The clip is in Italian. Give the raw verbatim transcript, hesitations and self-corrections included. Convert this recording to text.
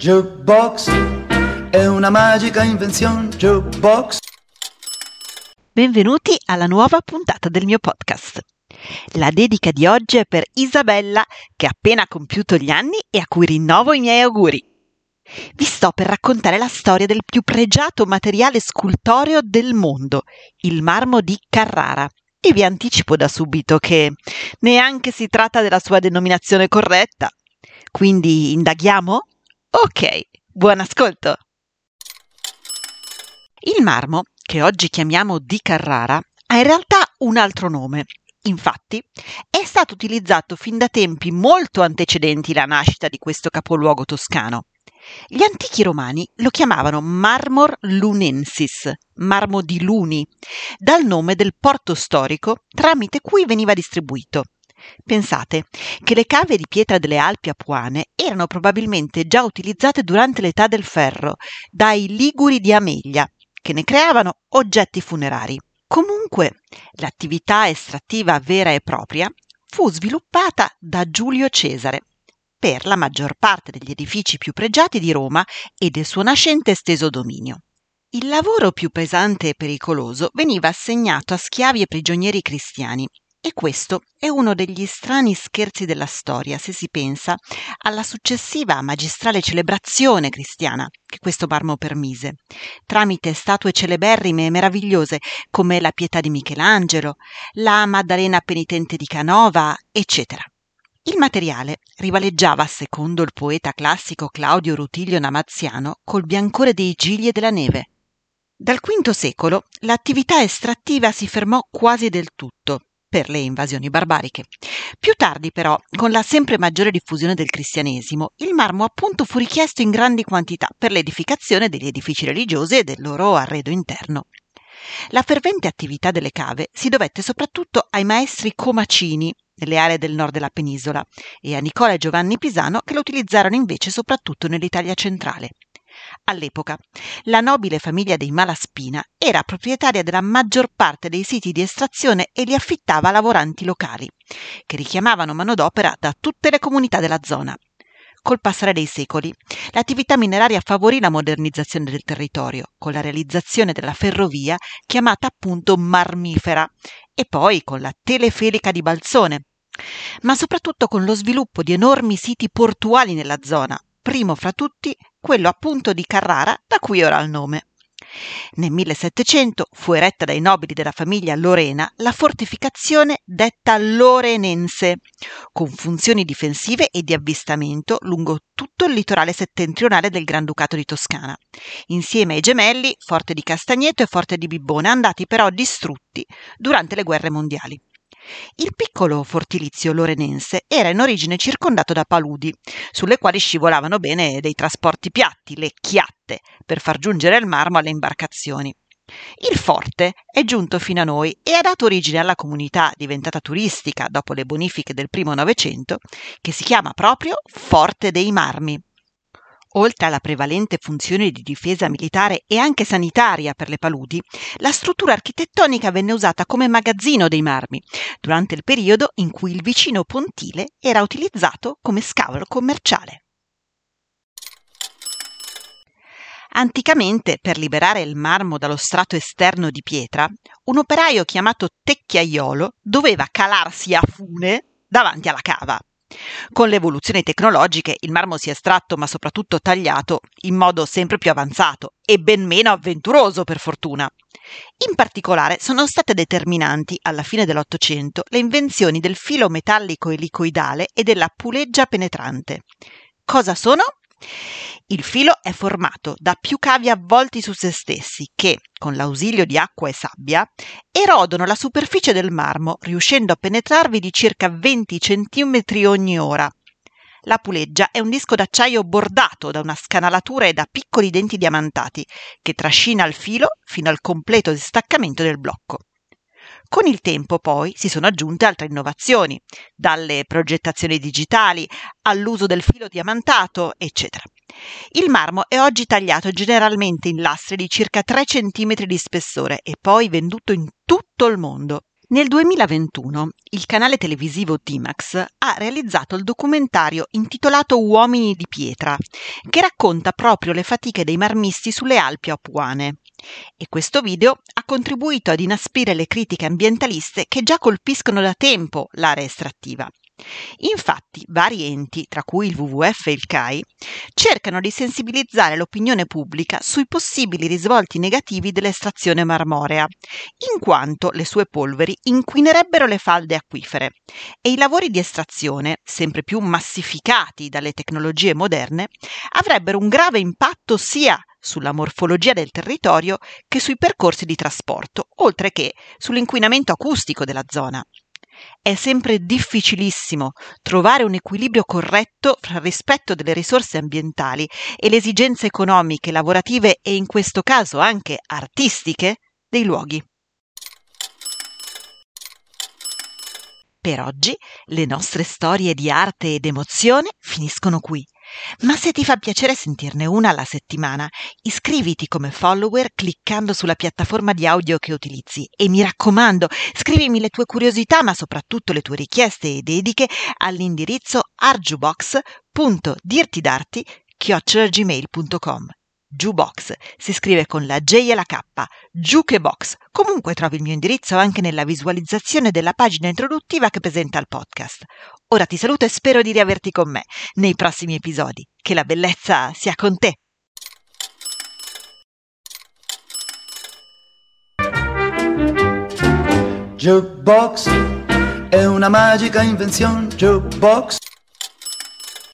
Jukebox è una magica invenzione. Jukebox. Benvenuti alla nuova puntata del mio podcast. La dedica di oggi è per Isabella, che ha appena compiuto gli anni e a cui rinnovo i miei auguri. Vi sto per raccontare la storia del più pregiato materiale scultoreo del mondo, il marmo di Carrara. E vi anticipo da subito che neanche si tratta della sua denominazione corretta. Quindi indaghiamo? Ok, buon ascolto! Il marmo, che oggi chiamiamo di Carrara, ha in realtà un altro nome. Infatti, è stato utilizzato fin da tempi molto antecedenti la nascita di questo capoluogo toscano. Gli antichi romani lo chiamavano Marmor Lunensis, marmo di Luni, dal nome del porto storico tramite cui veniva distribuito. Pensate che le cave di pietra delle Alpi Apuane erano probabilmente già utilizzate durante l'età del ferro dai Liguri di Ameglia, che ne creavano oggetti funerari. Comunque, l'attività estrattiva vera e propria fu sviluppata da Giulio Cesare per la maggior parte degli edifici più pregiati di Roma e del suo nascente esteso dominio. Il lavoro più pesante e pericoloso veniva assegnato a schiavi e prigionieri cristiani, e questo è uno degli strani scherzi della storia se si pensa alla successiva magistrale celebrazione cristiana che questo marmo permise, tramite statue celeberrime e meravigliose come la Pietà di Michelangelo, la Maddalena penitente di Canova, eccetera. Il materiale rivaleggiava, secondo il poeta classico Claudio Rutilio Namaziano, col biancore dei gigli e della neve. Dal quinto secolo l'attività estrattiva si fermò quasi del tutto per le invasioni barbariche. Più tardi, però, con la sempre maggiore diffusione del cristianesimo, il marmo appunto fu richiesto in grandi quantità per l'edificazione degli edifici religiosi e del loro arredo interno. La fervente attività delle cave si dovette soprattutto ai maestri comacini nelle aree del nord della penisola e a Nicola e Giovanni Pisano, che lo utilizzarono invece soprattutto nell'Italia centrale. All'epoca, la nobile famiglia dei Malaspina era proprietaria della maggior parte dei siti di estrazione e li affittava a lavoranti locali, che richiamavano manodopera da tutte le comunità della zona. Col passare dei secoli, l'attività mineraria favorì la modernizzazione del territorio, con la realizzazione della ferrovia chiamata appunto marmifera, e poi con la teleferica di Balzone, ma soprattutto con lo sviluppo di enormi siti portuali nella zona, primo fra tutti quello appunto di Carrara, da cui ora ha il nome. Nel millesettecento fu eretta dai nobili della famiglia Lorena la fortificazione detta Lorenense, con funzioni difensive e di avvistamento lungo tutto il litorale settentrionale del Granducato di Toscana, insieme ai gemelli Forte di Castagneto e Forte di Bibbone, andati però distrutti durante le guerre mondiali. Il piccolo fortilizio lorenense era in origine circondato da paludi, sulle quali scivolavano bene dei trasporti piatti, le chiatte, per far giungere il marmo alle imbarcazioni. Il forte è giunto fino a noi e ha dato origine alla comunità diventata turistica dopo le bonifiche del primo Novecento, che si chiama proprio Forte dei Marmi. Oltre alla prevalente funzione di difesa militare e anche sanitaria per le paludi, la struttura architettonica venne usata come magazzino dei marmi, durante il periodo in cui il vicino pontile era utilizzato come scalo commerciale. Anticamente, per liberare il marmo dallo strato esterno di pietra, un operaio chiamato tecchiaiolo doveva calarsi a fune davanti alla cava. Con le evoluzioni tecnologiche il marmo si è estratto ma soprattutto tagliato in modo sempre più avanzato e ben meno avventuroso, per fortuna. In particolare sono state determinanti alla fine dell'Ottocento le invenzioni del filo metallico elicoidale e della puleggia penetrante. Cosa sono? Il filo è formato da più cavi avvolti su se stessi che, con l'ausilio di acqua e sabbia, erodono la superficie del marmo, riuscendo a penetrarvi di circa venti centimetri ogni ora. La puleggia è un disco d'acciaio bordato da una scanalatura e da piccoli denti diamantati, che trascina il filo fino al completo distaccamento del blocco. Con il tempo poi si sono aggiunte altre innovazioni, dalle progettazioni digitali all'uso del filo diamantato, eccetera. Il marmo è oggi tagliato generalmente in lastre di circa tre centimetri di spessore e poi venduto in tutto il mondo. Nel duemilaventuno il canale televisivo D-Max ha realizzato il documentario intitolato Uomini di pietra, che racconta proprio le fatiche dei marmisti sulle Alpi apuane. E questo video ha contribuito ad inasprire le critiche ambientaliste che già colpiscono da tempo l'area estrattiva. Infatti, vari enti, tra cui il W W F e il C A I, cercano di sensibilizzare l'opinione pubblica sui possibili risvolti negativi dell'estrazione marmorea, in quanto le sue polveri inquinerebbero le falde acquifere e i lavori di estrazione, sempre più massificati dalle tecnologie moderne, avrebbero un grave impatto sia sulla morfologia del territorio che sui percorsi di trasporto, oltre che sull'inquinamento acustico della zona. È sempre difficilissimo trovare un equilibrio corretto fra il rispetto delle risorse ambientali e le esigenze economiche, lavorative e in questo caso anche artistiche dei luoghi. Per oggi le nostre storie di arte ed emozione finiscono qui. Ma se ti fa piacere sentirne una alla settimana, iscriviti come follower cliccando sulla piattaforma di audio che utilizzi e mi raccomando, scrivimi le tue curiosità ma soprattutto le tue richieste e dediche all'indirizzo arjubox punto dirtidarti chiocciola gmail punto com. Jukebox si scrive con la J e la K, Jukebox. Comunque trovi il mio indirizzo anche nella visualizzazione della pagina introduttiva che presenta il podcast. Ora ti saluto e spero di riaverti con me nei prossimi episodi. Che la bellezza sia con te! Jukebox è una magica invenzione. Jukebox